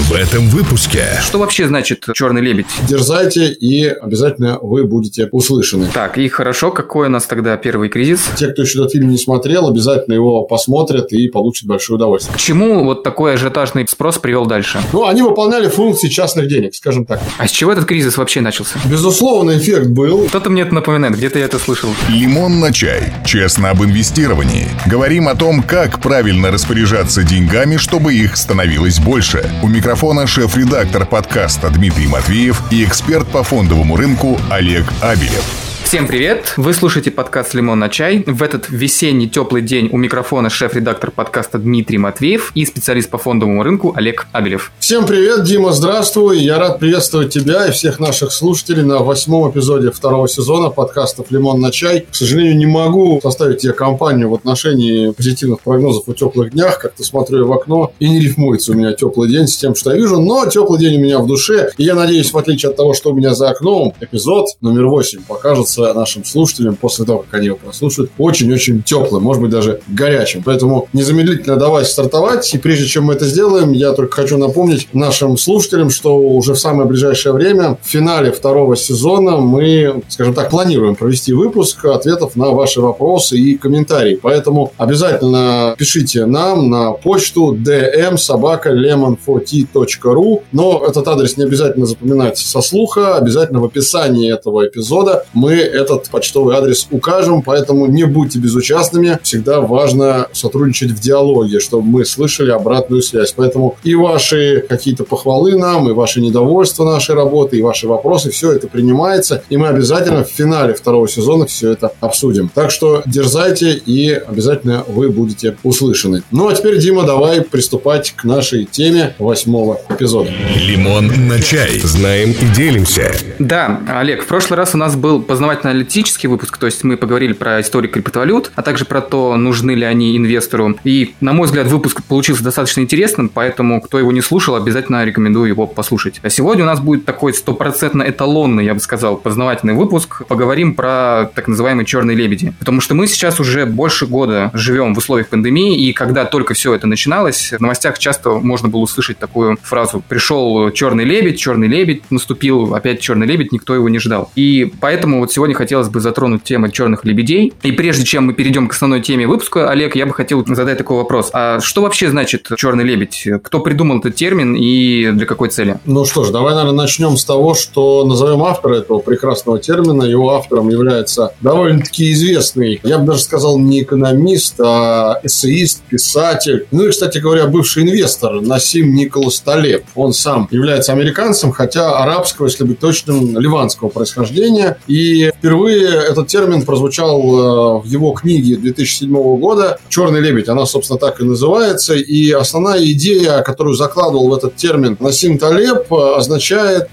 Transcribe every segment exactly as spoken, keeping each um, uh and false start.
В этом выпуске. Что вообще значит «Черный лебедь»? Дерзайте, и обязательно вы будете услышаны. Так, и хорошо, какой у нас тогда первый кризис? Те, кто еще этот фильм не смотрел, обязательно его посмотрят и получат большое удовольствие. К чему вот такой ажиотажный спрос привел дальше? Ну, они выполняли функции частных денег, скажем так. А с чего этот кризис вообще начался? Безусловно, эффект был. Что-то мне это напоминает, где-то я это слышал. Лимон на чай. Честно об инвестировании. Говорим о том, как правильно распоряжаться деньгами, чтобы их становилось больше. У микрофона шеф-редактор подкаста Дмитрий Матвеев и эксперт по фондовому рынку Олег Абелев. Всем привет! Вы слушаете подкаст «Лимон на чай». В этот весенний теплый день у микрофона шеф-редактор подкаста Дмитрий Матвеев и специалист по фондовому рынку Олег Абелев. Всем привет, Дима, здравствуй! Я рад приветствовать тебя и всех наших слушателей на восьмом эпизоде второго сезона подкастов «Лимон на чай». К сожалению, не могу составить тебе компанию в отношении позитивных прогнозов о теплых днях. Как-то смотрю в окно, и не рифмуется у меня теплый день с тем, что я вижу. Но теплый день у меня в душе. И я надеюсь, в отличие от того, что у меня за окном, эпизод номер восемь покажется нашим слушателям после того, как они его прослушают, очень-очень теплым, может быть, даже горячим. Поэтому незамедлительно давайте стартовать. И прежде чем мы это сделаем, я только хочу напомнить нашим слушателям, что уже в самое ближайшее время, в финале второго сезона, мы, скажем так, планируем провести выпуск ответов на ваши вопросы и комментарии. Поэтому обязательно пишите нам на почту ди эм собака лемон фор ти точка ру. Но этот адрес не обязательно запоминать со слуха. Обязательно в описании этого эпизода мы этот почтовый адрес укажем, поэтому не будьте безучастными. Всегда важно сотрудничать в диалоге, чтобы мы слышали обратную связь. Поэтому и ваши какие-то похвалы нам, и ваши недовольства нашей работы, и ваши вопросы, все это принимается, и мы обязательно в финале второго сезона все это обсудим. Так что дерзайте, и обязательно вы будете услышаны. Ну, а теперь, Дима, давай приступать к нашей теме восьмого эпизода. Лимон на чай. Знаем и делимся. Да, Олег, в прошлый раз у нас был познавательно-аналитический выпуск, то есть мы поговорили про историю криптовалют, а также про то, нужны ли они инвестору. И, на мой взгляд, выпуск получился достаточно интересным, поэтому, кто его не слушал, обязательно рекомендую его послушать. А сегодня у нас будет такой стопроцентно эталонный, я бы сказал, познавательный выпуск. Поговорим про так называемые черные лебеди. Потому что мы сейчас уже больше года живем в условиях пандемии, и когда только все это начиналось, в новостях часто можно было услышать такую фразу: пришел черный лебедь, черный лебедь, наступил опять черный лебедь, никто его не ждал. И поэтому вот сегодня хотелось бы затронуть тему черных лебедей. И прежде чем мы перейдем к основной теме выпуска, Олег, я бы хотел задать такой вопрос. А что вообще значит черный лебедь? Кто придумал этот термин и для какой цели? Ну что ж, давай, наверное, начнем с того, что назовем автора этого прекрасного термина. Его автором является довольно-таки известный, я бы даже сказал, не экономист, а эссеист, писатель. Ну и, кстати говоря, бывший инвестор Насим Николас Талеб. Он сам является американцем, хотя арабского, если быть точным, ливанского происхождения. И впервые этот термин прозвучал в его книге две тысячи седьмого года «Черный лебедь». Она, собственно, так и называется. И основная идея, которую закладывал в этот термин Насим Талеб, означает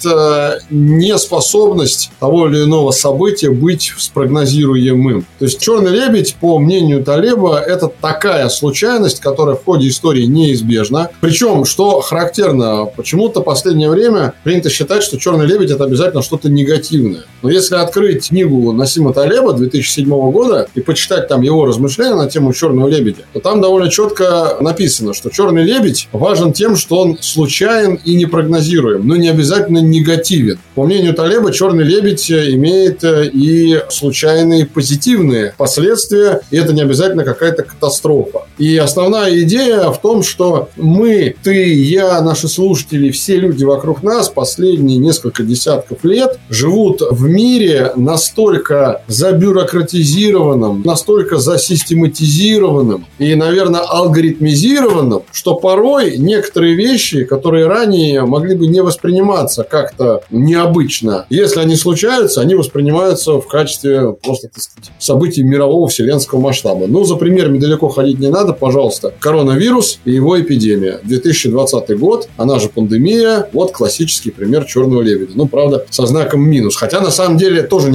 неспособность того или иного события быть спрогнозируемым. То есть черный лебедь, по мнению Талеба, это такая случайность, которая в ходе истории неизбежна. Причем, что характерно, почему-то в последнее время принято считать, что черный лебедь — это обязательно что-то негативное. Но если открыть книгу Насима Талеба две тысячи седьмого года и почитать там его размышления на тему черного лебедя, то там довольно четко написано, что черный лебедь важен тем, что он случайен и непрогнозируем, но не обязательно негативен. По мнению Талеба, черный лебедь имеет и случайные позитивные последствия, и это не обязательно какая-то катастрофа. И основная идея в том, что мы, ты, я, наши слушатели, все люди вокруг нас последние несколько десятков лет живут в мире настолько забюрократизированным, настолько засистематизированным и, наверное, алгоритмизированным, что порой некоторые вещи, которые ранее могли бы не восприниматься как-то необычно, если они случаются, они воспринимаются в качестве просто, так сказать, событий мирового вселенского масштаба. Ну, за примерами далеко ходить не надо, пожалуйста. Коронавирус и его эпидемия. две тысячи двадцатый год, она же пандемия. Вот классический пример черного лебедя. Ну, правда, со знаком минус. Хотя, на самом деле, тоже не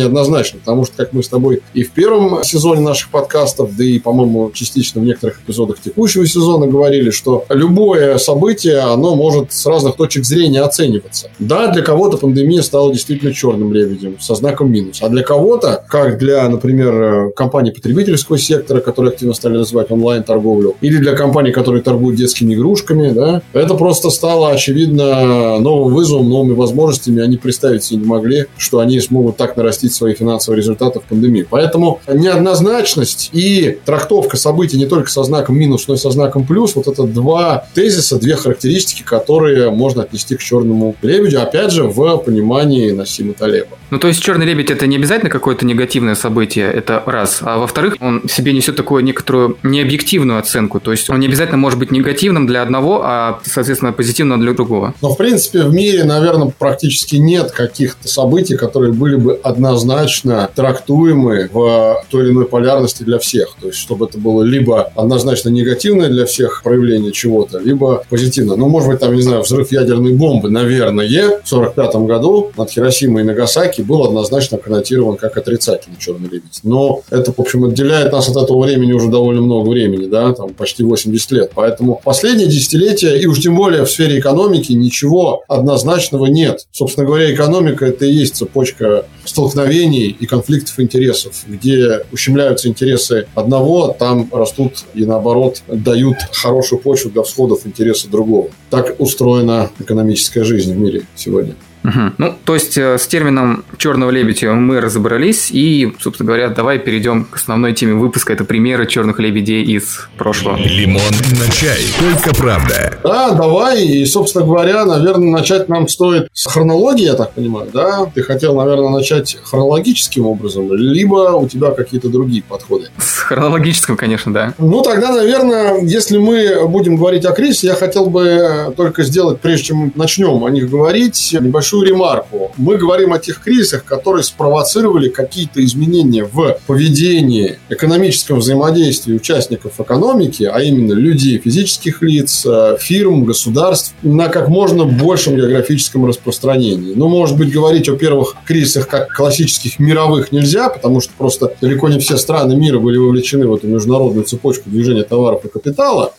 неоднозначно, потому что, как мы с тобой и в первом сезоне наших подкастов, да и, по-моему, частично в некоторых эпизодах текущего сезона говорили, что любое событие, оно может с разных точек зрения оцениваться. Да, для кого-то пандемия стала действительно черным лебедем со знаком минус, а для кого-то, как для, например, компаний потребительского сектора, которые активно стали развивать онлайн-торговлю, или для компаний, которые торгуют детскими игрушками, да, это просто стало, очевидно, новым вызовом, новыми возможностями. Они представить себе не могли, что они смогут так нарастить свои финансовые результаты в пандемии. Поэтому неоднозначность и трактовка событий не только со знаком минус, но и со знаком плюс, вот это два тезиса, две характеристики, которые можно отнести к черному лебедю, опять же, в понимании Нассима Талеба. Ну, то есть, черный лебедь – это не обязательно какое-то негативное событие, это раз. А во-вторых, он в себе несет такую некоторую необъективную оценку. То есть, он не обязательно может быть негативным для одного, а, соответственно, позитивным для другого. Но, в принципе, в мире, наверное, практически нет каких-то событий, которые были бы однозначно трактуемы в той или иной полярности для всех. То есть, чтобы это было либо однозначно негативное для всех проявление чего-то, либо позитивное. Ну, может быть, там, не знаю, взрыв ядерной бомбы, наверное, в сорок пятом году над Хиросимой и Нагасаки был однозначно коннотирован как отрицательный черный лебедь. Но это, в общем, отделяет нас от этого времени уже довольно много времени, да, там почти восемьдесят лет. Поэтому последние десятилетия, и уж тем более в сфере экономики, ничего однозначного нет. Собственно говоря, экономика – это и есть цепочка столкновений и конфликтов интересов. Где ущемляются интересы одного, там растут и, наоборот, дают хорошую почву для всходов интересы другого. Так устроена экономическая жизнь в мире сегодня. Угу. Ну, то есть, э, с термином черного лебедя мы разобрались, и, собственно говоря, давай перейдем к основной теме выпуска. Это примеры черных лебедей из прошлого. Лимон на чай. Только правда. Да, давай. И, собственно говоря, наверное, начать нам стоит с хронологии, я так понимаю, да? Ты хотел, наверное, начать хронологическим образом, либо у тебя какие-то другие подходы? С хронологическим, конечно, да. Ну, тогда, наверное, если мы будем говорить о кризисе, я хотел бы только сделать, прежде чем начнем о них говорить, небольшую ремарку. Мы говорим о тех кризисах, которые спровоцировали какие-то изменения в поведении, экономическом взаимодействии участников экономики, а именно людей, физических лиц, фирм, государств, на как можно большем географическом распространении. Ну, может быть, говорить о первых кризисах как классических мировых нельзя, потому что просто далеко не все страны мира были вовлечены в эту международную цепочку движения товаров и капитала.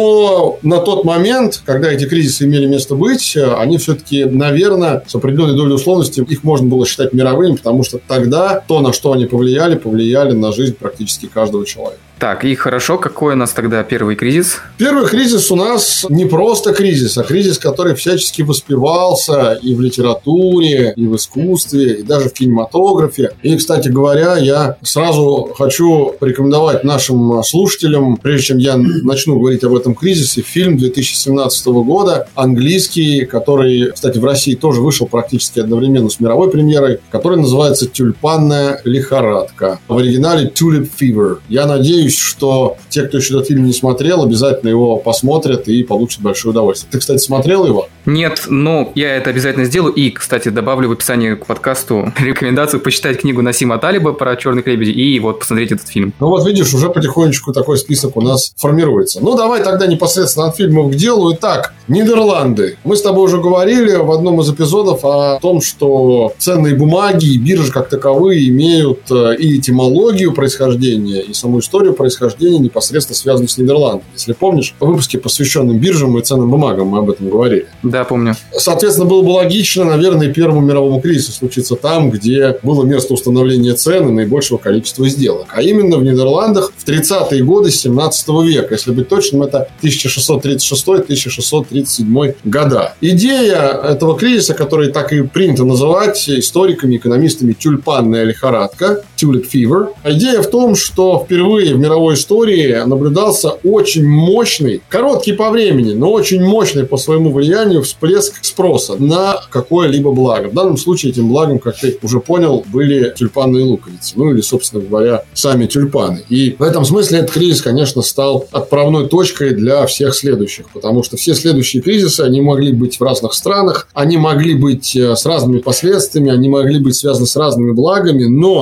Но на тот момент, когда эти кризисы имели место быть, они все-таки, наверное, с определенной долей условности их можно было считать мировыми, потому что тогда то, на что они повлияли, повлияли на жизнь практически каждого человека. Так, и хорошо, какой у нас тогда первый кризис? Первый кризис у нас не просто кризис, а кризис, который всячески воспевался и в литературе, и в искусстве, и даже в кинематографе. И, кстати говоря, я сразу хочу порекомендовать нашим слушателям, прежде чем я начну говорить об этом кризисе, фильм две тысячи семнадцатого года, английский, который, кстати, в России тоже вышел практически одновременно с мировой премьерой, который называется «Тюльпанная лихорадка». В оригинале «Tulip Fever». Я надеюсь, что те, кто еще этот фильм не смотрел, обязательно его посмотрят и получат большое удовольствие. Ты, кстати, смотрел его? Нет, но я это обязательно сделаю. И, кстати, добавлю в описании к подкасту рекомендацию почитать книгу Нассима Талеба про черных лебедей и вот посмотреть этот фильм. Ну вот видишь, уже потихонечку такой список у нас формируется. Ну давай тогда непосредственно от фильмов к делу. Итак, Нидерланды. Мы с тобой уже говорили в одном из эпизодов о том, что ценные бумаги и биржи как таковые имеют и этимологию происхождения, и саму историю происхождения непосредственно связанную с Нидерландами. Если помнишь, в выпуске, посвященном биржам и ценным бумагам, мы об этом говорили. Да, помню. Соответственно, было бы логично, наверное, Первому мировому кризису случиться там, где было место установления цен и наибольшего количества сделок. А именно в Нидерландах в тридцатые годы семнадцатого века. Если быть точным, это тысяча шестьсот тридцать шестой - тысяча шестьсот тридцать седьмой года. Идея этого кризиса, который так и принято называть историками, экономистами тюльпанная лихорадка, Tulip Fever. Идея в том, что впервые в мировой истории наблюдался очень мощный, короткий по времени, но очень мощный по своему влиянию всплеск спроса на какое-либо благо. В данном случае этим благом, как ты уже понял, были тюльпанные луковицы. Ну или, собственно говоря, сами тюльпаны. И в этом смысле этот кризис, конечно, стал отправной точкой для всех следующих. Потому что все следующие кризисы, они могли быть в разных странах, они могли быть с разными последствиями, они могли быть связаны с разными благами. Но в любом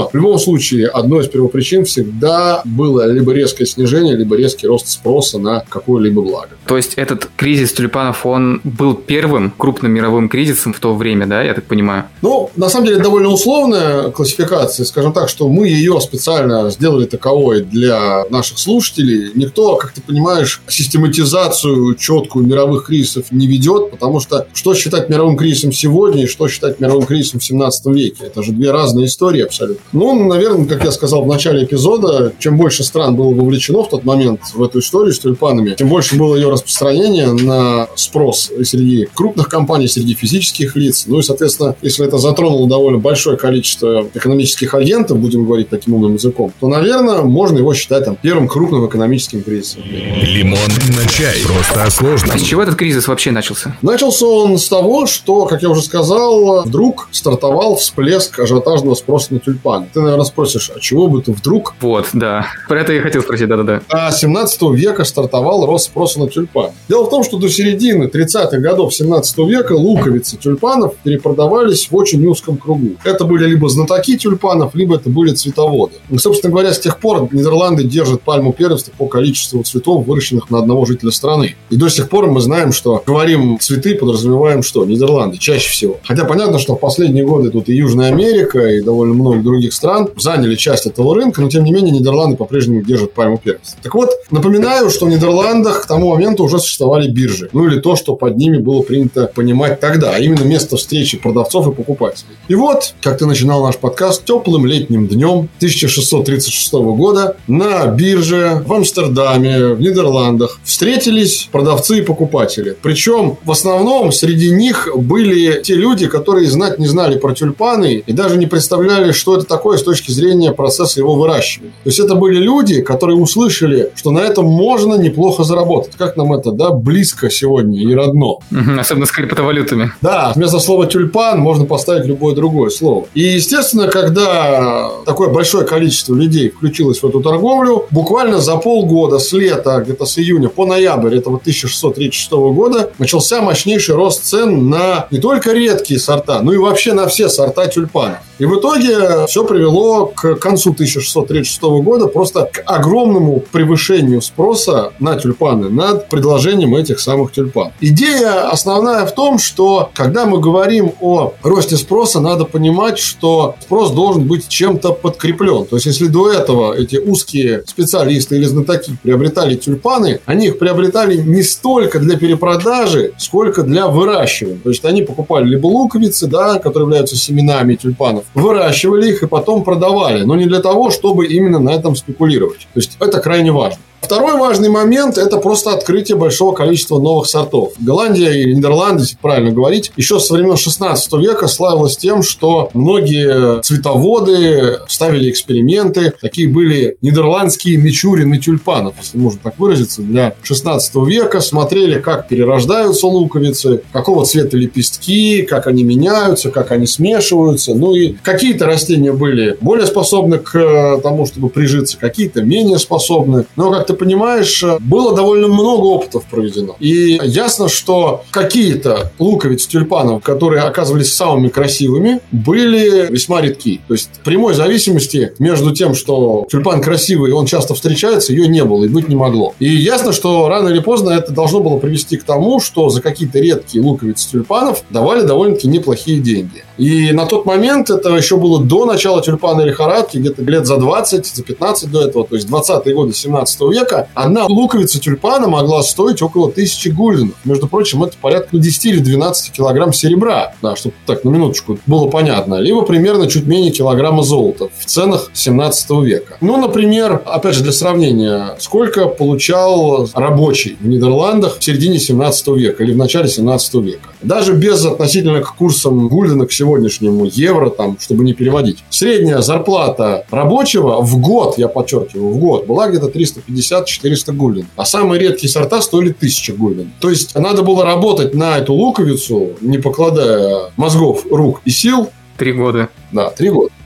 случае одной из первопричин всегда было либо резкое снижение, либо резкий рост спроса на какое-либо благо. То есть этот кризис тюльпанов, он был первым крупным мировым кризисом в то время, да, я так понимаю? Ну, на самом деле, довольно условная классификация. Скажем так, что мы ее специально сделали таковой для наших слушателей. Никто, как ты понимаешь, систематизацию четкую мировых кризисов не ведет, потому что что считать мировым кризисом сегодня и что считать мировым кризисом в семнадцатом веке? Это же две разные истории абсолютно. Ну, наверное, как я сказал в начале эпизода, чем больше стран было вовлечено в тот момент в эту историю с тюльпанами, тем больше было ее распространение на спрос среди крупных компаний, среди физических лиц. Ну и, соответственно, если это затронуло довольно большое количество экономических агентов, будем говорить таким умным языком, то, наверное, можно его считать там, первым крупным экономическим кризисом. Лимон на чай. Просто о сложном. А с чего этот кризис вообще начался? Начался он с того, что, как я уже сказал, вдруг стартовал всплеск ажиотажного спроса на тюльпаны. Ты, наверное, спросишь, а чего бы ты вдруг? Вот, да. Про это я хотел спросить, да-да-да. А с семнадцатого века стартовал рост спроса на тюльпаны. Дело в том, что до середины тридцатых годов семнадцатого века луковицы тюльпанов перепродавались в очень узком кругу. Это были либо знатоки тюльпанов, либо это были цветоводы. И, собственно говоря, с тех пор Нидерланды держат пальму первенства по количеству цветов, выращенных на одного жителя страны. И до сих пор мы знаем, что говорим цветы, подразумеваем что? Нидерланды чаще всего. Хотя понятно, что в последние годы тут и Южная Америка, и довольно много других стран заняли часть этого рынка, но тем не менее Нидерланды по-прежнему держат пальму первенства. Так вот, напоминаю, что в Нидерландах к тому моменту уже существовали биржи. Ну или то, что под ними было принято понимать тогда, а именно место встречи продавцов и покупателей. И вот, как ты начинал наш подкаст, теплым летним днем тысяча шестьсот тридцать шестого года на бирже в Амстердаме, в Нидерландах встретились продавцы и покупатели. Причем в основном среди них были те люди, которые знать не знали про тюльпаны и даже не представляли, что это такое с точки зрения процесса его выращивания. То есть это были люди, которые услышали, что на этом можно неплохо заработать. Как нам это, да, близко сегодня и родно. Угу, особенно с криптовалютами. Да, вместо слова тюльпан можно поставить любое другое слово. И, естественно, когда такое большое количество людей включилось в эту торговлю, буквально за полгода, с лета, где-то с июня по ноябрь этого тысяча шестьсот тридцать шестого года, начался мощнейший рост цен на не только редкие сорта, но и вообще на все сорта тюльпанов. И в итоге все привело к концу тысяча шестьсот тридцать шестого года просто к огромному превышению спроса на тюльпаны над предложением этих самых тюльпанов. Идея основная в том, что когда мы говорим о росте спроса, надо понимать, что спрос должен быть чем-то подкреплен. То есть, если до этого эти узкие специалисты или знатоки приобретали тюльпаны, они их приобретали не столько для перепродажи, сколько для выращивания. То есть, они покупали либо луковицы, да, которые являются семенами тюльпанов, выращивали их и потом продавали, но не для того, чтобы именно на этом спекулировать. То есть, это крайне важно. Второй важный момент – это просто открытие большого количества новых сортов. Голландия или Нидерланды, если правильно говорить, еще со времен шестнадцатого века славилась тем, что многие цветоводы ставили эксперименты. Такие были нидерландские мичурины тюльпанов, если можно так выразиться, для шестнадцатого века. Смотрели, как перерождаются луковицы, какого цвета лепестки, как они меняются, как они смешиваются. Ну и какие-то растения были более способны к тому, чтобы прижиться, какие-то менее способны. Но, как ты понимаешь, было довольно много опытов проведено. И ясно, что какие-то луковицы тюльпанов, которые оказывались самыми красивыми, были весьма редки. То есть прямой зависимости между тем, что тюльпан красивый и он часто встречается, ее не было и быть не могло. И ясно, что рано или поздно это должно было привести к тому, что за какие-то редкие луковицы тюльпанов давали довольно-таки неплохие деньги. И на тот момент, это еще было до начала тюльпанной лихорадки, где-то лет за двадцать, за пятнадцать до этого, то есть двадцатые годы семнадцатого века, одна луковица тюльпана могла стоить около тысячи гульденов. Между прочим, это порядка десять или двенадцать килограмм серебра, да, чтобы так на минуточку было понятно, либо примерно чуть менее килограмма золота в ценах семнадцатого века. Ну, например, опять же для сравнения, сколько получал рабочий в Нидерландах в середине семнадцатого века или в начале семнадцатого века. Даже без относительно к курсам гульдена к сегодняшнему евро, там, чтобы не переводить. Средняя зарплата рабочего в год, я подчеркиваю, в год была где-то триста пятьдесят — четыреста гульден. А самые редкие сорта стоили тысячу гульден. То есть надо было работать на эту луковицу, не покладая мозгов, рук и сил. Три года. Да, три года.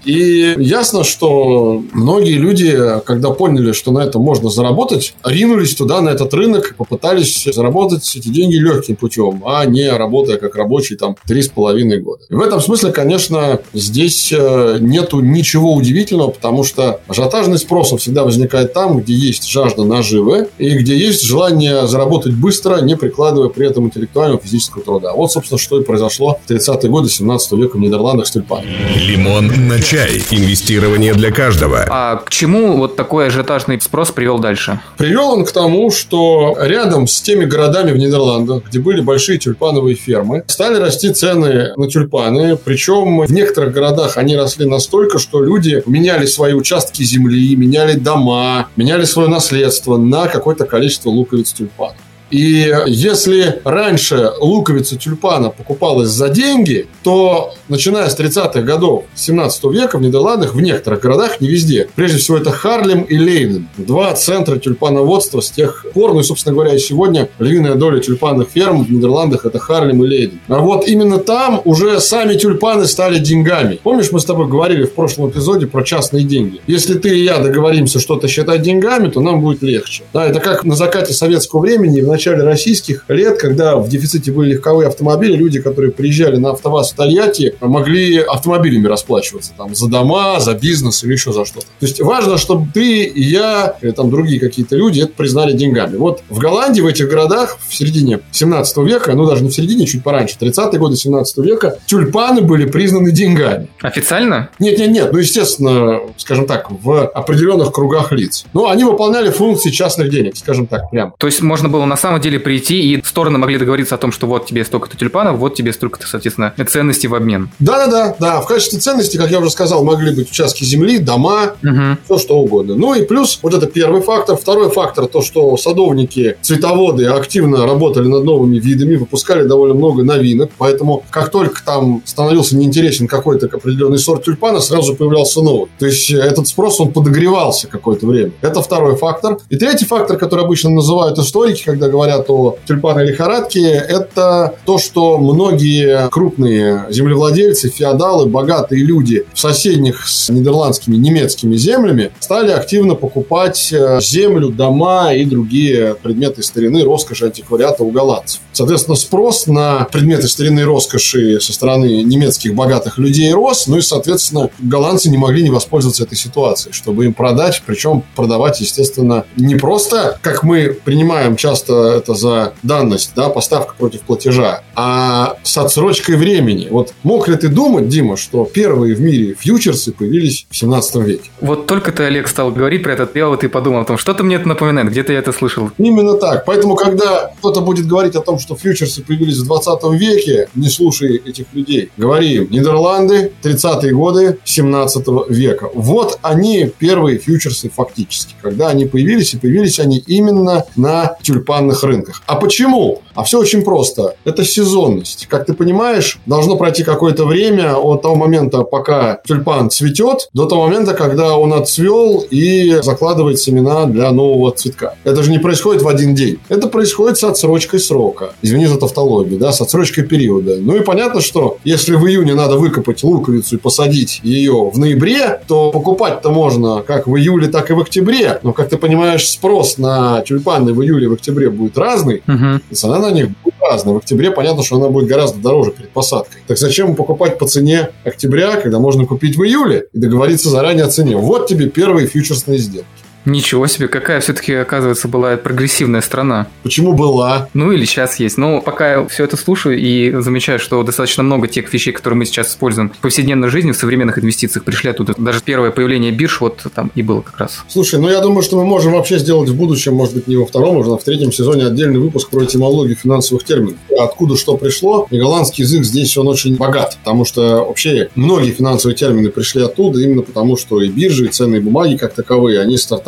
И ясно, что многие люди, когда поняли, что на этом можно заработать, ринулись туда, на этот рынок, попытались заработать эти деньги легким путем, а не работая как рабочий там три с половиной года. И в этом смысле, конечно, здесь нету ничего удивительного, потому что ажиотажный спрос всегда возникает там, где есть жажда наживы и где есть желание заработать быстро, не прикладывая при этом интеллектуального физического труда. Вот, собственно, что и произошло в тридцатые годы семнадцатого века в Нидерландах с тюльпанами. Лимон на чай. Инвестирование для каждого. А к чему вот такой ажиотажный спрос привел дальше? Привел он к тому, что рядом с теми городами в Нидерландах, где были большие тюльпановые фермы, стали расти цены на тюльпаны. Причем в некоторых городах они росли настолько, что люди меняли свои участки земли, меняли дома, меняли свое наследство на какое-то количество луковиц тюльпанов. И если раньше луковица тюльпана покупалась за деньги, то, начиная с тридцатых годов семнадцатого века в Нидерландах, в некоторых городах, не везде, прежде всего это Харлем и Лейден, два центра тюльпановодства с тех пор, ну и, собственно говоря, и сегодня львиная доля тюльпанных ферм в Нидерландах – это Харлем и Лейден. А вот именно там уже сами тюльпаны стали деньгами. Помнишь, мы с тобой говорили в прошлом эпизоде про частные деньги? Если ты и я договоримся что-то считать деньгами, то нам будет легче. Да, это как на закате советского времени, в начале российских лет, когда в дефиците были легковые автомобили, люди, которые приезжали на АвтоВАЗ в Тольятти, могли автомобилями расплачиваться там за дома, за бизнес или еще за что-то. То есть важно, чтобы ты и я, или там другие какие-то люди это признали деньгами. Вот в Голландии, в этих городах в середине семнадцатого века, ну даже не в середине, чуть пораньше, тридцатые годы семнадцатого века, тюльпаны были признаны деньгами. Официально? Нет, нет, нет. Ну, естественно, скажем так, в определенных кругах лиц. Но они выполняли функции частных денег, скажем так, прямо. То есть можно было на самом деле прийти, и стороны могли договориться о том, что вот тебе столько-то тюльпанов, вот тебе столько-то, соответственно, ценностей в обмен. Да-да-да, да. В качестве ценности, как я уже сказал, могли быть участки земли, дома, угу. все что угодно. Ну и плюс, вот это первый фактор. Второй фактор, то, что садовники, цветоводы активно работали над новыми видами, выпускали довольно много новинок, поэтому как только там становился неинтересен какой-то определенный сорт тюльпана, сразу появлялся новый. То есть этот спрос, он подогревался какое-то время. Это второй фактор. И третий фактор, который обычно называют историки, когда говорят о тюльпанной лихорадке, это то, что многие крупные землевладельцы, феодалы, богатые люди в соседних с нидерландскими, немецкими землями стали активно покупать землю, дома и другие предметы старины, роскоши, антиквариата у голландцев. Соответственно, спрос на предметы старинной роскоши со стороны немецких богатых людей рос, ну и, соответственно, голландцы не могли не воспользоваться этой ситуацией, чтобы им продать, причем продавать, естественно, не просто, как мы принимаем часто это за данность, да, поставка против платежа, а с отсрочкой времени. Вот мог ли ты думать, Дима, что первые в мире фьючерсы появились в семнадцатом веке? Вот только ты, Олег, стал говорить про это, я вот и подумал о том, что-то мне это напоминает, где-то я это слышал. Именно так. Поэтому, когда кто-то будет говорить о том, что фьючерсы появились в двадцатом веке, не слушай этих людей. Говори им, Нидерланды, тридцатые годы семнадцатого века. Вот они, первые фьючерсы фактически. Когда они появились, и появились они именно на тюльпанных рынках. А почему? А все очень просто. Это сезонность. Как ты понимаешь, должно пройти какое-то время от того момента, пока тюльпан цветет, до того момента, когда он отцвел и закладывает семена для нового цветка. Это же не происходит в один день. Это происходит с отсрочкой срока. Извини за тавтологию, да, с отсрочкой периода. Ну и понятно, что если в июне надо выкопать луковицу и посадить ее в ноябре, то покупать-то можно как в июле, так и в октябре. Но, как ты понимаешь, спрос на тюльпаны в июле и в октябре будет разный. Угу. И цена на них будет разная. В октябре понятно, что она будет гораздо дороже перед посадкой. Так зачем покупать по цене октября, когда можно купить в июле и договориться заранее о цене? Вот тебе первые фьючерсные сделки. Ничего себе, какая все-таки, оказывается, была прогрессивная страна. Почему была? Ну, или сейчас есть. Но пока я все это слушаю и замечаю, что достаточно много тех вещей, которые мы сейчас используем в повседневной жизни, в современных инвестициях, пришли оттуда. Даже первое появление бирж вот там и было как раз. Слушай, ну я думаю, что мы можем вообще сделать в будущем, может быть, не во втором, может, а в третьем сезоне отдельный выпуск про этимологию финансовых терминов. Откуда что пришло. И голландский язык здесь, он очень богат, потому что вообще многие финансовые термины пришли оттуда именно потому, что и биржи, и ценные бумаги как таковые, они стартовали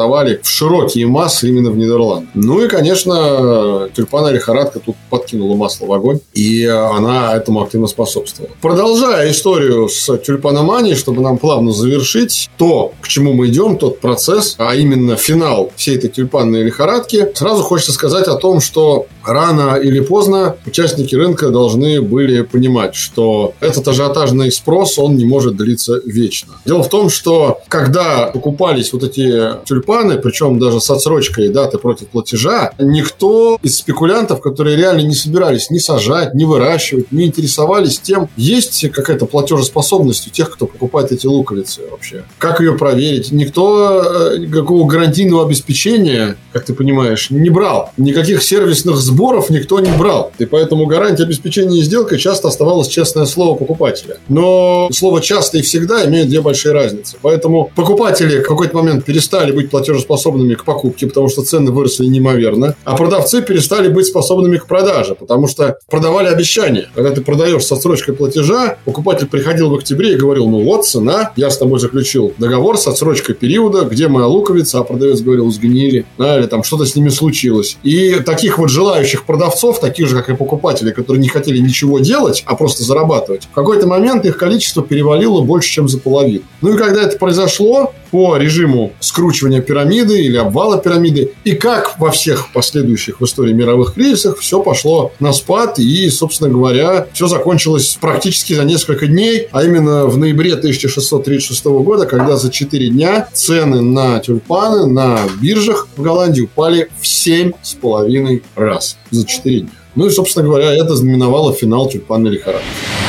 продавали в широкие массы именно в Нидерландах. Ну и, конечно, тюльпанная лихорадка тут подкинула масло в огонь, и она этому активно способствовала. Продолжая историю с тюльпаноманией, чтобы нам плавно завершить то, к чему мы идем, тот процесс, а именно финал всей этой тюльпанной лихорадки, сразу хочется сказать о том, что рано или поздно участники рынка должны были понимать, что этот ажиотажный спрос, он не может длиться вечно. Дело в том, что когда покупались вот эти тюльпаны, причем даже с отсрочкой даты против платежа, никто из спекулянтов, которые реально не собирались ни сажать, ни выращивать, не интересовались тем, есть какая-то платежеспособность у тех, кто покупает эти луковицы вообще. Как ее проверить? Никто никакого гарантийного обеспечения, как ты понимаешь, не брал. Никаких сервисных сборов никто не брал. И поэтому гарантия обеспечения сделкой часто оставалось честное слово покупателя. Но слово «часто» и «всегда» имеют две большие разницы. Поэтому покупатели в какой-то момент перестали быть платежеспособными к покупке, потому что цены выросли неимоверно, а продавцы перестали быть способными к продаже, потому что продавали обещания. Когда ты продаешь с отсрочкой платежа, покупатель приходил в октябре и говорил: ну вот цена, я с тобой заключил договор с отсрочкой периода, где моя луковица, а продавец говорил: сгнили, да, или там что-то с ними случилось. И таких вот желающих продавцов, таких же, как и покупатели, которые не хотели ничего делать, а просто зарабатывать, в какой-то момент их количество перевалило больше, чем за половину. Ну и когда это произошло, по режиму скручивания пирамиды или обвала пирамиды, и как во всех последующих в истории мировых кризисах, все пошло на спад, и, собственно говоря, все закончилось практически за несколько дней, а именно в ноябре тысяча шестьсот тридцать шестого года, когда за четыре дня цены на тюльпаны на биржах в Голландии упали в семь с половиной раз за четыре дня. Ну и, собственно говоря, это знаменовало финал тюльпанной лихорадки.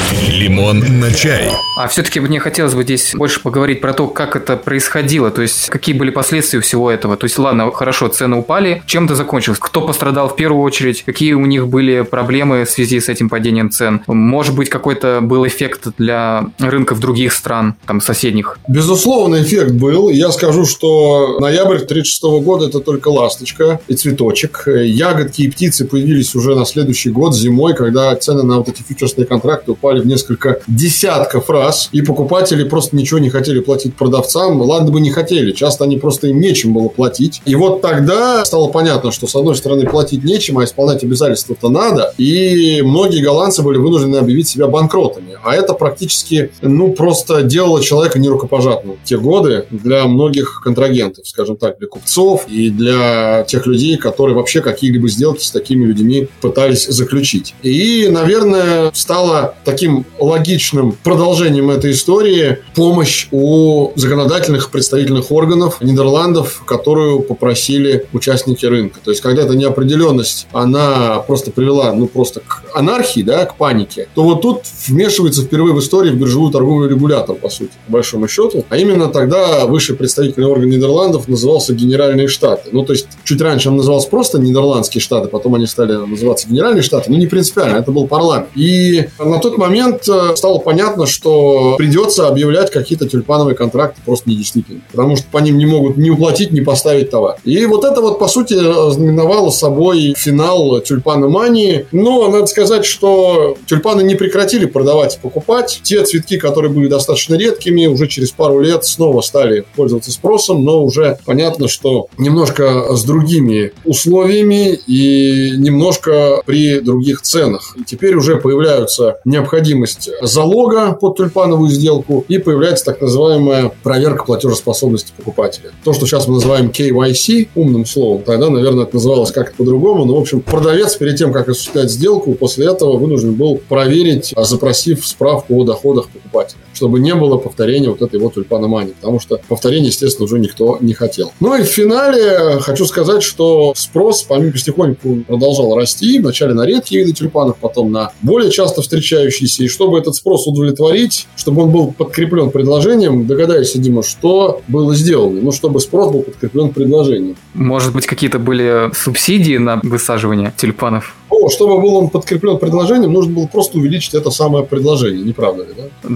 Лимон на чай. А все-таки мне хотелось бы здесь больше поговорить про то, как это происходило, то есть какие были последствия всего этого. То есть, ладно, хорошо, цены упали, чем это закончилось? Кто пострадал в первую очередь? Какие у них были проблемы в связи с этим падением цен? Может быть, какой-то был эффект для рынков других стран, там, соседних? Безусловно, эффект был. Я скажу, что ноябрь тридцать шестого года – это только ласточка и цветочек. Ягодки и птицы появились уже на следующий год, зимой, когда цены на вот эти фьючерсные контракты упали в несколько десятков раз, и покупатели просто ничего не хотели платить продавцам. Ладно бы не хотели, часто они просто им нечем было платить. И вот тогда стало понятно, что с одной стороны платить нечем, а исполнять обязательства-то надо, и многие голландцы были вынуждены объявить себя банкротами. А это практически, ну, просто делало человека нерукопожатным в те годы для многих контрагентов, скажем так, для купцов и для тех людей, которые вообще какие-либо сделки с такими людьми пытались заключить. И, наверное, стало таким логичным продолжением этой истории помощь у законодательных представительных органов Нидерландов, которую попросили участники рынка. То есть, когда эта неопределенность, она просто привела, ну, просто к анархии, да, к панике, то вот тут вмешивается впервые в истории в биржевую торговую регулятор, по сути, по большому счету. А именно тогда высший представительный орган Нидерландов назывался Генеральные Штаты. Ну, то есть, чуть раньше он назывался просто Нидерландские Штаты, потом они стали называться Генеральные Штаты, но не принципиально, это был парламент. И на тот момент стало понятно, что придется объявлять какие-то тюльпановые контракты просто недействительными, потому что по ним не могут ни уплатить, ни поставить товар. И вот это вот, по сути, знаменовало собой финал тюльпаномании. Но надо сказать, что тюльпаны не прекратили продавать и покупать. Те цветки, которые были достаточно редкими, уже через пару лет снова стали пользоваться спросом, но уже понятно, что немножко с другими условиями и немножко при других ценах. И теперь уже появляются необходимые залога под тюльпановую сделку, и появляется так называемая проверка платежеспособности покупателя. То, что сейчас мы называем кей вай си, умным словом, тогда, наверное, это называлось как-то по-другому, но, в общем, продавец перед тем, как осуществлять сделку, после этого вынужден был проверить, запросив справку о доходах покупателя, чтобы не было повторения вот этой вот тюльпаномании, потому что повторения, естественно, уже никто не хотел. Ну и в финале хочу сказать, что спрос помимо потихоньку продолжал расти, вначале на редкие виды тюльпанов, потом на более часто встречающиеся. И чтобы этот спрос удовлетворить, чтобы он был подкреплен предложением, догадайся, Дима, что было сделано? Ну, чтобы спрос был подкреплен предложением. Может быть, какие-то были субсидии на высаживание тюльпанов? О, чтобы был он подкреплен предложением, нужно было просто увеличить это самое предложение, не правда ли, да? Да, ну,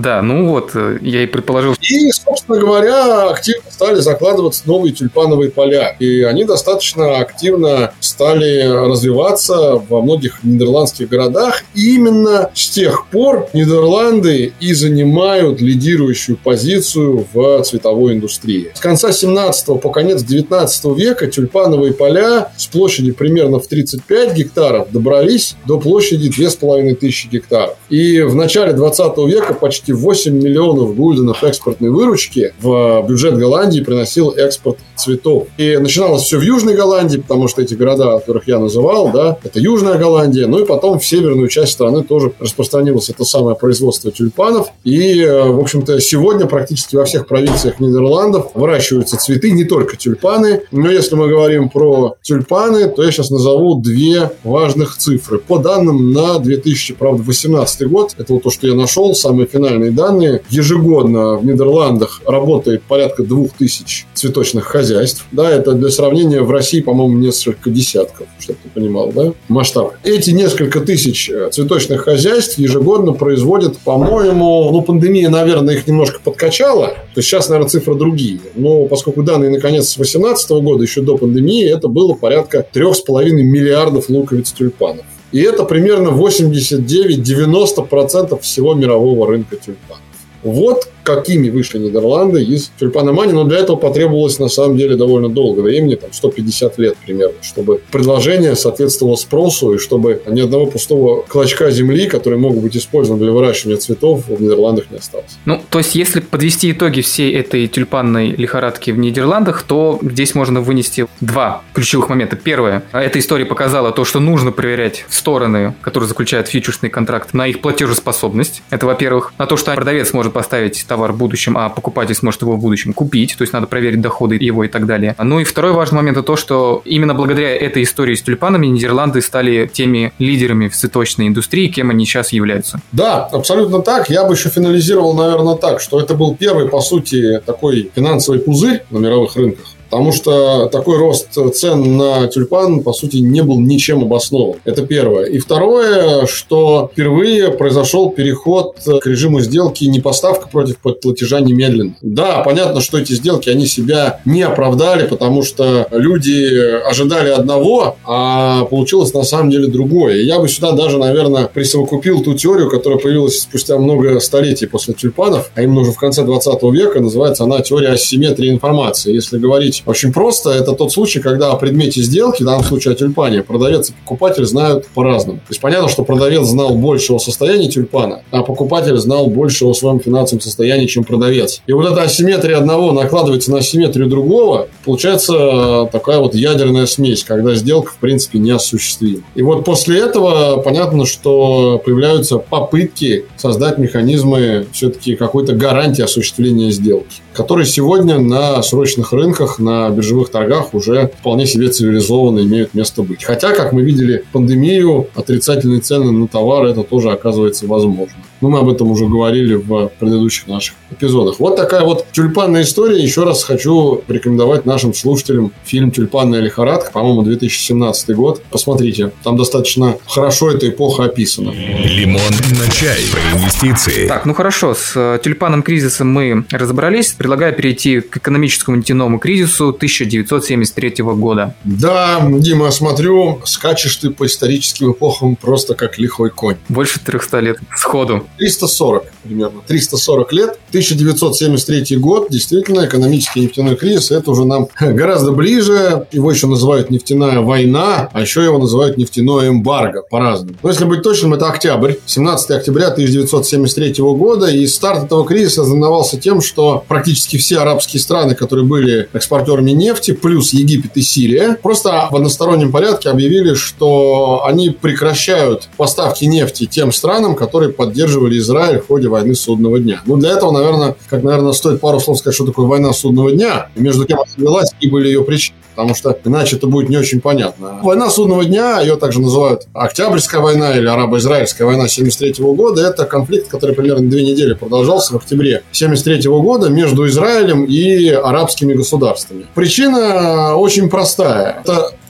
Ну вот, я и предположил. И, собственно говоря, активно стали закладываться новые тюльпановые поля. И они достаточно активно стали развиваться во многих нидерландских городах. И именно с тех пор Нидерланды и занимают лидирующую позицию в цветовой индустрии. С конца семнадцатого по конец девятнадцатого века тюльпановые поля с площади примерно в тридцать пять гектаров добрались до площади две с половиной тысячи гектаров. И в начале двадцатого века почти восемь миллионов гульденов экспортной выручки в бюджет Голландии приносил экспорт цветов. И начиналось все в Южной Голландии, потому что эти города, которых я называл, да, это Южная Голландия. Ну и потом в северную часть страны тоже распространилось это самое производство тюльпанов. И, в общем-то, сегодня практически во всех провинциях Нидерландов выращиваются цветы, не только тюльпаны. Но если мы говорим про тюльпаны, то я сейчас назову две важных цифры. По данным на две тысячи восемнадцатый год, это вот то, что я нашел, самые финальные данные, ежегодно в Нидерландах работает порядка двух тысяч цветочных хозяйств. Да, это для сравнения в России, по-моему, несколько десятков, чтобы ты понимал, да, масштаб. Эти несколько тысяч цветочных хозяйств ежегодно производят, по-моему, ну, пандемия, наверное, их немножко подкачала, то есть сейчас, наверное, цифры другие. Но поскольку данные, наконец, с восемнадцатого года, еще до пандемии, это было порядка трех с половиной миллиардов луковиц тюльпанов. И это примерно восемьдесят девять - девяносто процентов всего мирового рынка тюльпанов. Вот какими вышли Нидерланды из тюльпаномании, но для этого потребовалось на самом деле довольно долго времени, там сто пятьдесят лет примерно, чтобы предложение соответствовало спросу и чтобы ни одного пустого клочка земли, который мог быть использован для выращивания цветов, в Нидерландах не осталось. Ну, то есть, если подвести итоги всей этой тюльпанной лихорадки в Нидерландах, то здесь можно вынести два ключевых момента. Первое, эта история показала то, что нужно проверять стороны, которые заключают фьючерсный контракт, на их платежеспособность. Это, во-первых, на то, что продавец может поставить товар в будущем, а покупатель сможет его в будущем купить, то есть надо проверить доходы его и так далее. Ну и второй важный момент – это то, что именно благодаря этой истории с тюльпанами Нидерланды стали теми лидерами в цветочной индустрии, кем они сейчас являются. Да, абсолютно так. Я бы еще финализировал, наверное, так, что это был первый, по сути, такой финансовый пузырь на мировых рынках. Потому что такой рост цен на тюльпан, по сути, не был ничем обоснован. Это первое. И второе, что впервые произошел переход к режиму сделки не поставка против платежа немедленно. Да, понятно, что эти сделки, они себя не оправдали, потому что люди ожидали одного, а получилось на самом деле другое. И я бы сюда даже, наверное, присовокупил ту теорию, которая появилась спустя много столетий после тюльпанов, а именно уже в конце двадцатого века. Называется она теория асимметрии информации. Если говорить очень просто, это тот случай, когда о предмете сделки, в данном случае о тюльпане, продавец и покупатель знают по-разному. То есть понятно, что продавец знал больше о состоянии тюльпана, а покупатель знал больше о своем финансовом состоянии, чем продавец. И вот эта асимметрия одного накладывается на асимметрию другого, получается такая вот ядерная смесь, когда сделка, в принципе, неосуществима. И вот после этого понятно, что появляются попытки создать механизмы все-таки какой-то гарантии осуществления сделки, которые сегодня на срочных рынках, на биржевых торгах уже вполне себе цивилизованно имеют место быть. Хотя, как мы видели, пандемию, отрицательные цены на товары, это тоже оказывается возможно. Но мы об этом уже говорили в предыдущих наших эпизодах. Вот такая вот тюльпанная история. Еще раз хочу порекомендовать нашим слушателям фильм «Тюльпанная лихорадка», по-моему, две тысячи семнадцатый год. Посмотрите, там достаточно хорошо эта эпоха описана. Лимон на чай. Про инвестиции. Так, ну хорошо, с тюльпанным кризисом мы разобрались. Предлагаю перейти к экономическому нефтяному кризису тысяча девятьсот семьдесят третьего года. Да, Дима, смотрю, скачешь ты по историческим эпохам просто как лихой конь. Больше трехсот лет сходу. триста сорок примерно. триста сорок лет. тысяча девятьсот семьдесят третий год. Действительно, экономический нефтяной кризис. Это уже нам гораздо ближе. Его еще называют нефтяная война, а еще его называют нефтяное эмбарго по-разному. Но если быть точным, это октябрь. семнадцатого октября тысяча девятьсот семьдесят третьего года. И старт этого кризиса знаменовался тем, что практически все арабские страны, которые были экспортерами нефти, плюс Египет и Сирия, просто в одностороннем порядке объявили, что они прекращают поставки нефти тем странам, которые поддерживали Израиль в ходе войны Судного дня. Ну, для этого, наверное, как, наверное, стоит пару слов сказать, что такое война Судного дня, и между кем она велась, и были ее причины. Потому что иначе это будет не очень понятно. Война Судного дня, ее также называют Октябрьская война или Арабо-Израильская война семьдесят третьего года, это конфликт, который примерно две недели продолжался в октябре семьдесят третьего года между Израилем и арабскими государствами. Причина очень простая. Это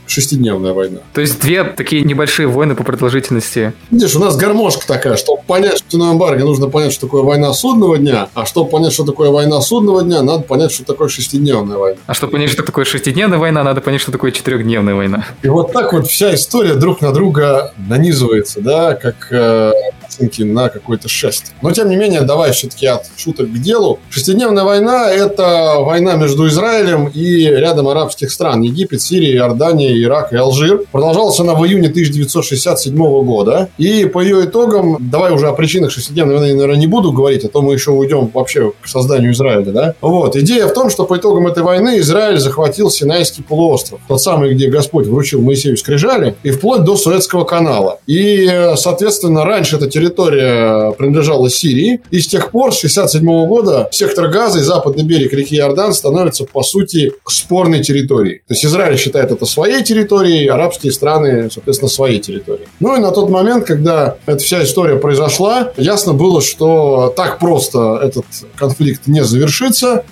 шестидневная война. То есть две такие небольшие войны по продолжительности. Видишь, у нас гармошка такая, чтобы понять, что на эмбарго, нужно понять, что такое война судного дня, а чтобы понять, что такое война судного дня, надо понять, что такое шестидневная война. А чтобы понять, что такое шестидневная война, надо понять, что такое четырехдневная война. И вот так вот вся история друг на друга нанизывается, да, как э, оценки на какое-то шествие. Но, тем не менее, давай все-таки от шуток к делу. Шестидневная война – это война между Израилем и рядом арабских стран. Египет, Сирия, Иордания, Ирак и Алжир. Продолжалась она в июне тысяча девятьсот шестьдесят седьмого года. И по ее итогам, давай уже о причинах шестидневной войны, наверное, не буду говорить, а то мы еще уйдем вообще к созданию Израиля, да? Вот. Идея в том, что по итогам этой войны Израиль захватил Синайский полуостров. Тот самый, где Господь вручил Моисею скрижали, и вплоть до Суэцкого канала. И, соответственно, раньше эта территория принадлежала Сирии. И с тех пор, с шестьдесят седьмого года, сектор Газа и западный берег реки Иордан становятся, по сути, спорной территорией. То есть Израиль считает это своей территорией, арабские страны, соответственно, своей территорией. Ну и на тот момент, когда эта вся история произошла, ясно было, что так просто этот конфликт не завершится.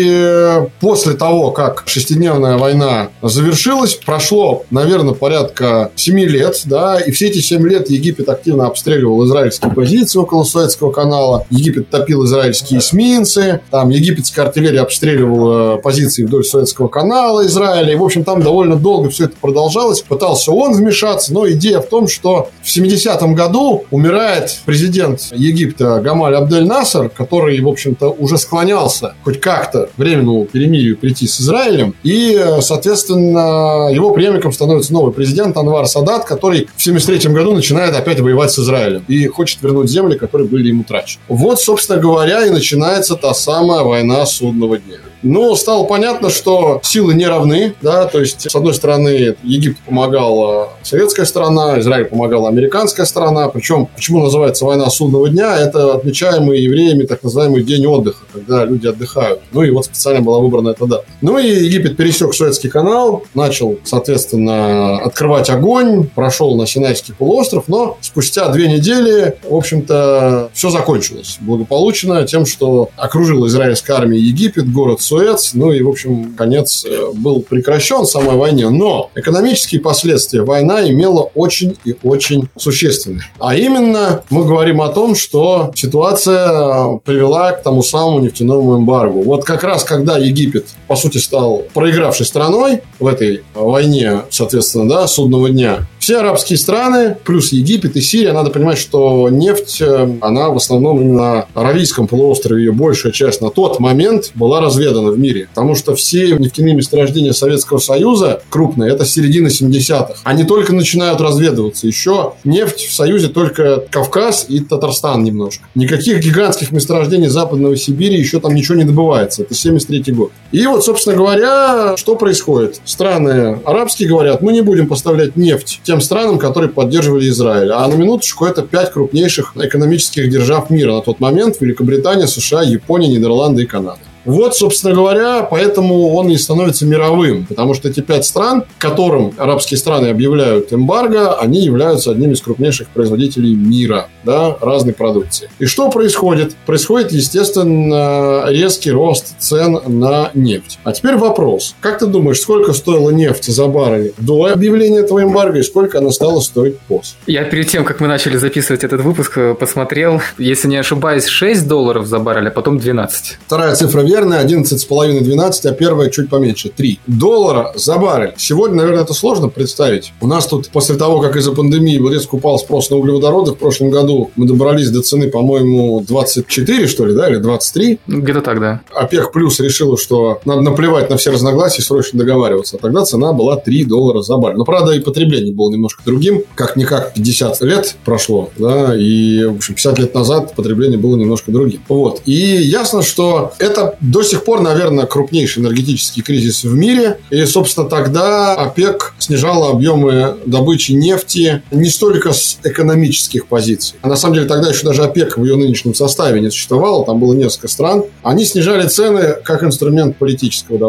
И после того, как шестидневная война завершилась, прошло, наверное, порядка семи лет, да, и все эти семь лет Египет активно обстреливал израильские позиции около Суэцкого канала, Египет топил израильские эсминцы, там египетская артиллерия обстреливала позиции вдоль Суэцкого канала Израиля, и, в общем, там довольно долго все это продолжалось, пытался он вмешаться, но идея в том, что в семидесятом году умирает президент Египта Гамаль Абдель Насер, который, в общем-то, уже склонялся хоть как-то к временному перемирию прийти с Израилем, и, соответственно, его преемником становится новый президент Анвар Садат, который в семьдесят третьем году начинает опять воевать с Израилем и хочет вернуть земли, которые были ему утрачены. Вот, собственно говоря, и начинается та самая война судного дня. Ну, стало понятно, что силы не равны, да, то есть, с одной стороны, Египет помогала советская сторона, Израиль помогала американская сторона, причем, почему называется война судного дня, это отмечаемый евреями так называемый день отдыха, когда люди отдыхают, ну и вот специально была выбрана эта дата. Ну и Египет пересек Суэцкий канал, начал, соответственно, открывать огонь, прошел на Синайский полуостров, но спустя две недели, в общем-то, все закончилось благополучно тем, что окружила израильская армия Египет, город Суэц, ну и, в общем, конец был прекращен самой войне. Но экономические последствия война имела очень и очень существенные. А именно, мы говорим о том, что ситуация привела к тому самому нефтяному эмбарго. Вот как раз, когда Египет, по сути, стал проигравшей страной в этой войне, соответственно, да, судного дня, все арабские страны, плюс Египет и Сирия, надо понимать, что нефть, она в основном именно на Аравийском полуострове, ее большая часть на тот момент была разведана в мире. Потому что все нефтяные месторождения Советского Союза крупные, это середина семидесятых. Они только начинают разведываться. Еще нефть в Союзе только Кавказ и Татарстан немножко. Никаких гигантских месторождений Западной Сибири еще там ничего не добывается. Это семьдесят третий год. И вот, собственно говоря, что происходит? Страны арабские говорят, мы не будем поставлять нефть тем странам, которые поддерживали Израиль. А на минуточку это пять крупнейших экономических держав мира на тот момент: Великобритания, США, Япония, Нидерланды и Канада. Вот, собственно говоря, поэтому он и становится мировым, потому что эти пять стран, которым арабские страны объявляют эмбарго, они являются одними из крупнейших производителей мира, да, разной продукции. И что происходит? Происходит, естественно, резкий рост цен на нефть. А теперь вопрос. Как ты думаешь, сколько стоила нефть за баррель до объявления этого эмбарго и сколько она стала стоить после? Я перед тем, как мы начали записывать этот выпуск, посмотрел, если не ошибаюсь, шесть долларов за баррель, а потом двенадцать. Вторая цифра верная, одиннадцать с половиной - двенадцать, а первая чуть поменьше, три доллара за баррель. Сегодня, наверное, это сложно представить. У нас тут после того, как из-за пандемии резко упал спрос на углеводороды, в прошлом году мы добрались до цены, по-моему, двадцать четыре, что ли, да, или двадцать три. Где-то так, да. ОПЕК плюс решила, что надо наплевать на все разногласия и срочно договариваться. А тогда цена была три доллара за баррель. Но, правда, и потребление было немножко другим. Как-никак пятьдесят лет прошло, да, и, в общем, пятьдесят лет назад потребление было немножко другим. Вот. И ясно, что это до сих пор, наверное, крупнейший энергетический кризис в мире. И, собственно, тогда ОПЕК снижала объемы добычи нефти не столько с экономических позиций. А на самом деле тогда еще даже ОПЕК в ее нынешнем составе не существовало. Там было несколько стран. Они снижали цены как инструмент политического давления.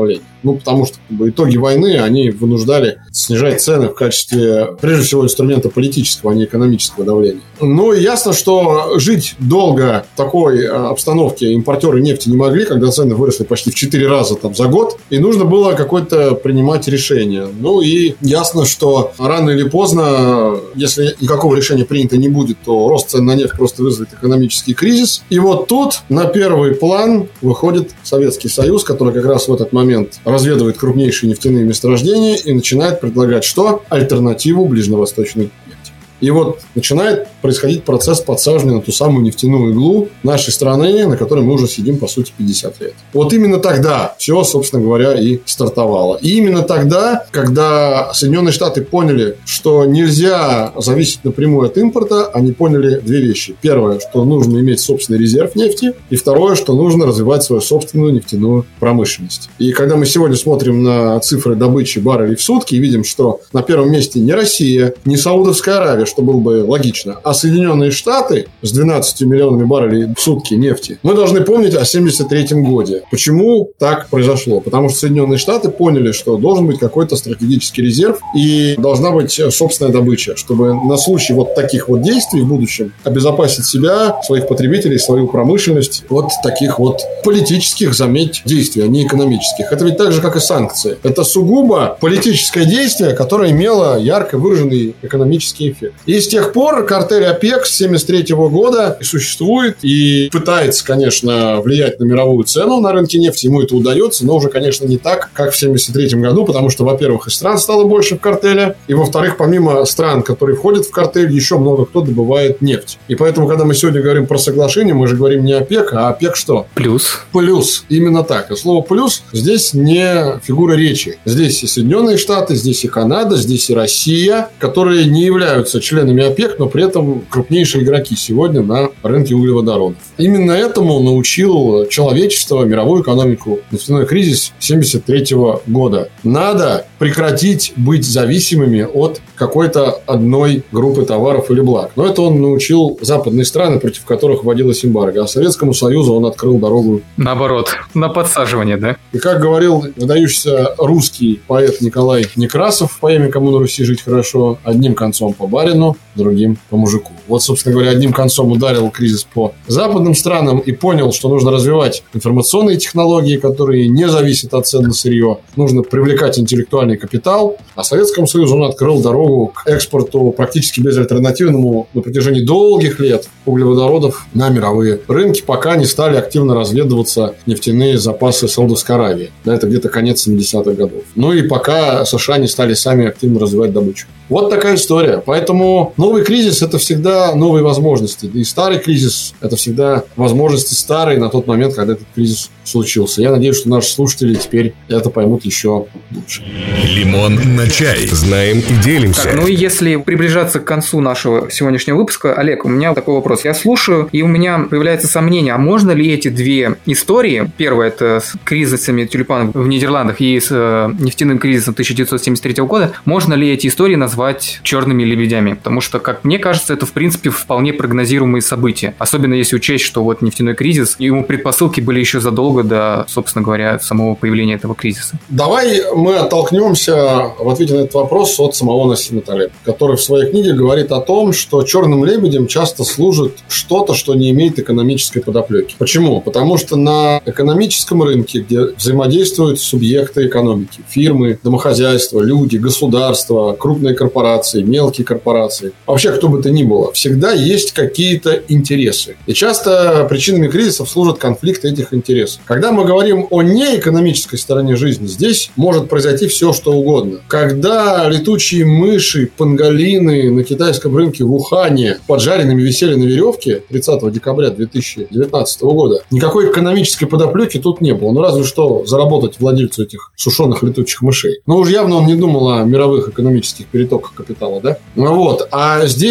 Ну, потому что как бы, итоги войны, они вынуждали снижать цены в качестве, прежде всего, инструмента политического, а не экономического давления. Ну, и ясно, что жить долго в такой обстановке импортеры нефти не могли, когда цены выросли почти в четыре раза там, за год, и нужно было какое-то принимать решение. Ну, и ясно, что рано или поздно, если никакого решения принято не будет, то рост цен на нефть просто вызовет экономический кризис. И вот тут на первый план выходит Советский Союз, который как раз в этот момент разведывает крупнейшие нефтяные месторождения и начинает предлагать что? Альтернативу ближневосточной нефти. И вот начинает происходить процесс подсаживания на ту самую нефтяную иглу нашей страны, на которой мы уже сидим, по сути, пятьдесят лет. Вот именно тогда все, собственно говоря, и стартовало. И именно тогда, когда Соединенные Штаты поняли, что нельзя зависеть напрямую от импорта, они поняли две вещи. Первое, что нужно иметь собственный резерв нефти. И второе, что нужно развивать свою собственную нефтяную промышленность. И когда мы сегодня смотрим на цифры добычи баррелей в сутки и видим, что на первом месте не Россия, не Саудовская Аравия, что было бы логично, а Соединенные Штаты с двенадцатью миллионами баррелей в сутки нефти, мы должны помнить о семьдесят третьем годе. Почему так произошло? Потому что Соединенные Штаты поняли, что должен быть какой-то стратегический резерв и должна быть собственная добыча, чтобы на случай вот таких вот действий в будущем обезопасить себя, своих потребителей, свою промышленность от таких вот политических, заметь, действий, а не экономических. Это ведь так же, как и санкции. Это сугубо политическое действие, которое имело ярко выраженный экономический эффект. И с тех пор картель ОПЕК с семьдесят третьего года существует и пытается, конечно, влиять на мировую цену на рынке нефти. Ему это удается, но уже, конечно, не так, как в семьдесят третьем году, потому что, во-первых, и стран стало больше в картеле, и, во-вторых, помимо стран, которые входят в картель, еще много кто добывает нефть. И поэтому, когда мы сегодня говорим про соглашение, мы же говорим не ОПЕК, а ОПЕК что? Плюс. Плюс. Именно так. И слово «плюс» здесь не фигура речи. Здесь и Соединенные Штаты, здесь и Канада, здесь и Россия, которые не являются членами ОПЕК, но при этом крупнейшие игроки сегодня на рынке углеводородов. Именно этому научил человечество, мировую экономику, нефтяной кризис семьдесят третьего года. Надо прекратить быть зависимыми от какой-то одной группы товаров или благ. Но это он научил западные страны, против которых вводилась эмбарго. А Советскому Союзу он открыл дорогу... Наоборот, на подсаживание, да? И как говорил выдающийся русский поэт Николай Некрасов в поэме «Кому на Руси жить хорошо», одним концом по барину, другим по мужику. Вот, собственно говоря, одним концом ударил кризис по западным странам и понял, что нужно развивать информационные технологии, которые не зависят от цен на сырье. Нужно привлекать интеллектуальный капитал. А Советскому Союзу он открыл дорогу к экспорту практически безальтернативному на протяжении долгих лет углеводородов на мировые рынки, пока не стали активно разведываться нефтяные запасы Саудовской Аравии. Да, это где-то конец семидесятых годов. Ну и пока США не стали сами активно развивать добычу. Вот такая история. Поэтому новый кризис – это всегда новые возможности. И старый кризис – это всегда возможности старые на тот момент, когда этот кризис случился. Я надеюсь, что наши слушатели теперь это поймут еще лучше. Лимон на чай. Знаем и делимся. Так, ну и если приближаться к концу нашего сегодняшнего выпуска, Олег, у меня такой вопрос. Я слушаю, и у меня появляется сомнение, а можно ли эти две истории, первая – это с кризисами тюльпанов в Нидерландах и с э, нефтяным кризисом тысяча девятьсот семьдесят третьего года, можно ли эти истории назвать черными лебедями? Потому что, как мне кажется, это, в принципе, вполне прогнозируемые события. Особенно если учесть, что вот нефтяной кризис, и ему предпосылки были еще задолго до, собственно говоря, самого появления этого кризиса. Давай мы оттолкнемся в ответе на этот вопрос от самого Нассима Талеба, который в своей книге говорит о том, что черным лебедем часто служит что-то, что не имеет экономической подоплеки. Почему? Потому что на экономическом рынке, где взаимодействуют субъекты экономики, фирмы, домохозяйства, люди, государства, крупные корпорации, мелкие корпорации, вообще кто бы то ни было, всегда есть какие-то интересы. И часто причинами кризисов служат конфликты этих интересов. Когда мы говорим о неэкономической стороне жизни, здесь может произойти все, что угодно. Когда летучие мыши, панголины на китайском рынке в Ухане поджаренными висели на веревке тридцатого декабря две тысячи девятнадцатого года, никакой экономической подоплеки тут не было. Ну, разве что заработать владельцу этих сушеных летучих мышей. Но уж явно он не думал о мировых экономических перетоках капитала, да? Ну вот. А здесь-то немножко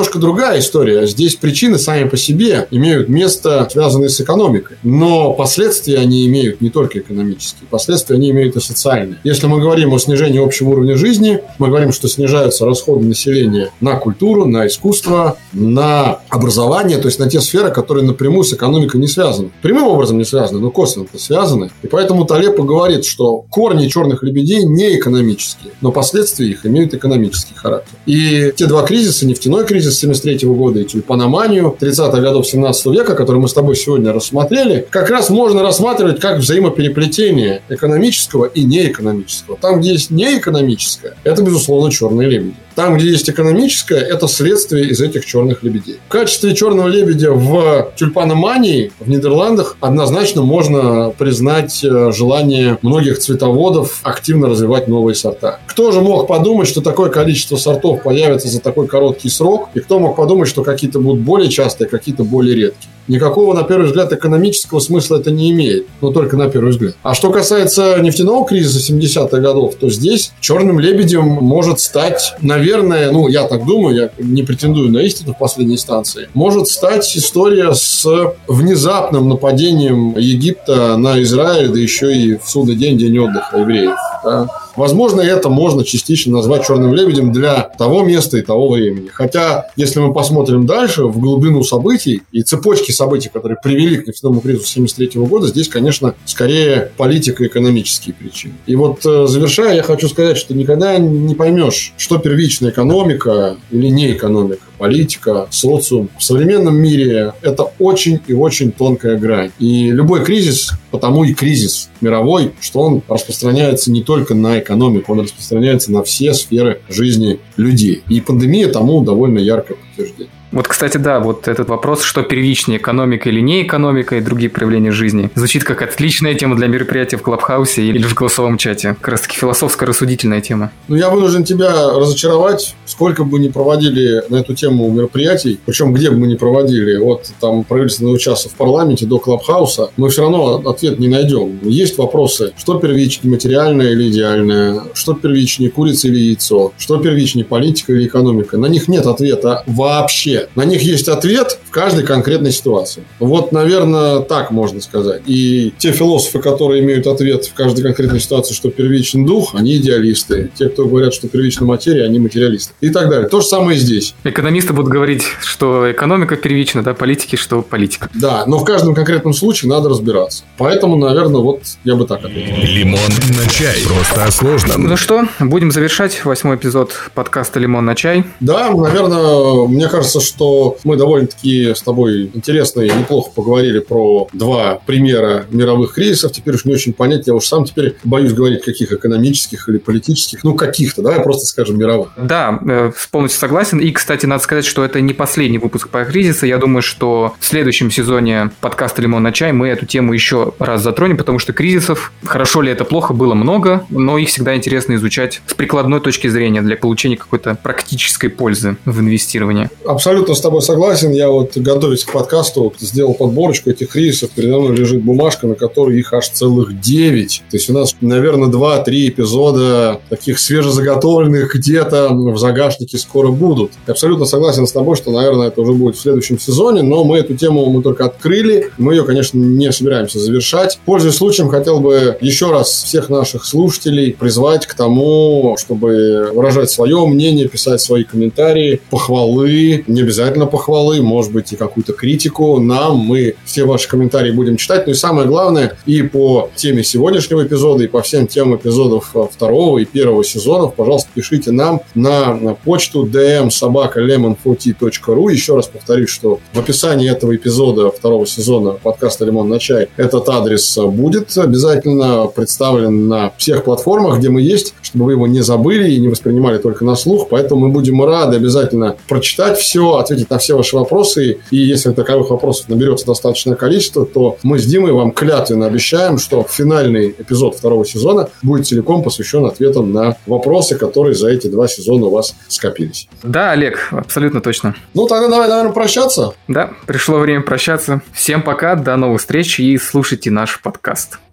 немножко другая история. Здесь причины сами по себе имеют место, связанные с экономикой. Но последствия они имеют не только экономические. Последствия они имеют и социальные. Если мы говорим о снижении общего уровня жизни, мы говорим, что снижаются расходы населения на культуру, на искусство, на образование, то есть на те сферы, которые напрямую с экономикой не связаны. Прямым образом не связаны, но косвенно-то связаны. И поэтому Талеб говорит, что корни черных лебедей не экономические, но последствия их имеют экономический характер. И те два кризиса, нефтяной кризис семьдесят третьего года и тюльпаноманию тридцатых годов семнадцатого века, которые мы с тобой сегодня рассмотрели, как раз можно рассматривать как взаимопереплетение экономического и неэкономического. Там, где есть неэкономическое, это, безусловно, черные лебеди. Там, где есть экономическое, это следствие из этих черных лебедей. В качестве черного лебедя в тюльпаномании в Нидерландах однозначно можно признать желание многих цветоводов активно развивать новые сорта. Кто же мог подумать, что такое количество сортов появится за такой короткий срок? И кто мог подумать, что какие-то будут более частые, какие-то более редкие? Никакого, на первый взгляд, экономического смысла это не имеет, но только на первый взгляд. А что касается нефтяного кризиса семидесятых годов, то здесь черным лебедем может стать, наверное, ну, я так думаю, я не претендую на истину в последней инстанции, может стать история с внезапным нападением Египта на Израиль, да еще и в судный день, день отдыха евреев. Да? Возможно, это можно частично назвать черным лебедем для того места и того времени. Хотя, если мы посмотрим дальше, в глубину событий и цепочки событий, которые привели к нефтяному кризису семьдесят третьего года, здесь, конечно, скорее политико-экономические причины. И вот, завершая, я хочу сказать, что никогда не поймешь, что первичная экономика или не экономика, политика, социум. В современном мире это очень и очень тонкая грань. И любой кризис, потому и кризис мировой, что он распространяется не только на экономику, он распространяется на все сферы жизни людей. И пандемия тому довольно яркое подтверждение. Вот, кстати, да, вот этот вопрос, что первичнее, экономика или не экономика и другие проявления жизни, звучит как отличная тема для мероприятия в Клабхаусе или в голосовом чате. Как раз таки философско-рассудительная тема. Ну, я вынужден тебя разочаровать. Сколько бы ни проводили на эту тему мероприятий, причем где бы мы ни проводили, от там правительственного часа в парламенте до Клабхауса, мы все равно ответ не найдем. Есть вопросы, что первичнее, материальное или идеальное, что первичнее, курица или яйцо, что первичнее, политика или экономика. На них нет ответа вообще. На них есть ответ в каждой конкретной ситуации. Вот, наверное, так можно сказать. И те философы, которые имеют ответ в каждой конкретной ситуации, что первичен дух, они идеалисты. Те, кто говорят, что первична материя, они материалисты. И так далее. То же самое и здесь. Экономисты будут говорить, что экономика первична, да, политики, что политика. Да, но в каждом конкретном случае надо разбираться. Поэтому, наверное, вот я бы так ответил. Лимон на чай. Просто о сложном. Ну что, будем завершать восьмой эпизод подкаста «Лимон на чай». Да, наверное, мне кажется, что мы довольно-таки с тобой интересно и неплохо поговорили про два примера мировых кризисов. Теперь уж не очень понять, я уж сам теперь боюсь говорить, каких экономических или политических, ну, каких-то, давай просто скажем мировых. Да, полностью согласен. И, кстати, надо сказать, что это не последний выпуск по кризису. Я думаю, что в следующем сезоне подкаста «Лимон на чай» мы эту тему еще раз затронем, потому что кризисов, хорошо ли это, плохо, было много, но их всегда интересно изучать с прикладной точки зрения для получения какой-то практической пользы в инвестировании. Абсолютно с тобой согласен. Я вот, готовясь к подкасту, сделал подборочку этих кризисов. Передо мной лежит бумажка, на которой их аж целых девять. То есть у нас, наверное, два-три эпизода таких свежезаготовленных где-то в загашнике скоро будут. Я абсолютно согласен с тобой, что, наверное, это уже будет в следующем сезоне, но мы эту тему мы только открыли. Мы ее, конечно, не собираемся завершать. Пользуясь случаем, хотел бы еще раз всех наших слушателей призвать к тому, чтобы выражать свое мнение, писать свои комментарии, похвалы, не обязательно похвалы, может быть, и какую-то критику нам. Мы все ваши комментарии будем читать. Ну и самое главное, и по теме сегодняшнего эпизода, и по всем тем эпизодов второго и первого сезонов, пожалуйста, пишите нам на, на почту ди эм собака лемон форти точка ру. Еще раз повторюсь, что в описании этого эпизода второго сезона подкаста «Лимон на чай» этот адрес будет обязательно представлен на всех платформах, где мы есть, чтобы вы его не забыли и не воспринимали только на слух. Поэтому мы будем рады обязательно прочитать все, ответить на все ваши вопросы. И если таковых вопросов наберется достаточное количество, то мы с Димой вам клятвенно обещаем, что финальный эпизод второго сезона будет целиком посвящен ответам на вопросы, которые за эти два сезона у вас скопились. Да, Олег, абсолютно точно. Ну, тогда давай, наверное, прощаться. Да, пришло время прощаться. Всем пока, до новых встреч и слушайте наш подкаст.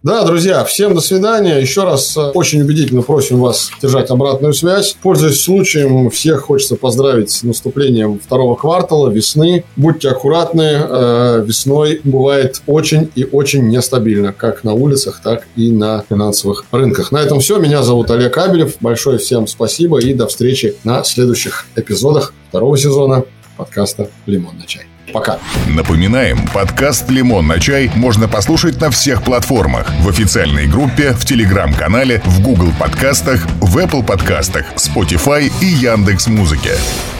Да, друзья, всем до свидания. Еще раз очень убедительно просим вас держать обратную связь. Пользуясь случаем, всех хочется поздравить с наступлением второго квартала, весны. Будьте аккуратны. Весной бывает очень и очень нестабильно, как на улицах, так и на финансовых рынках. На этом все. Меня зовут Олег Кабелев. Большое всем спасибо и до встречи на следующих эпизодах второго сезона подкаста «Лимон на чай». Пока. Напоминаем, подкаст «Лимон на чай» можно послушать на всех платформах. В официальной группе, в Телеграм-канале, в Google подкастах, в Apple подкастах, Spotify и Яндекс.Музыке.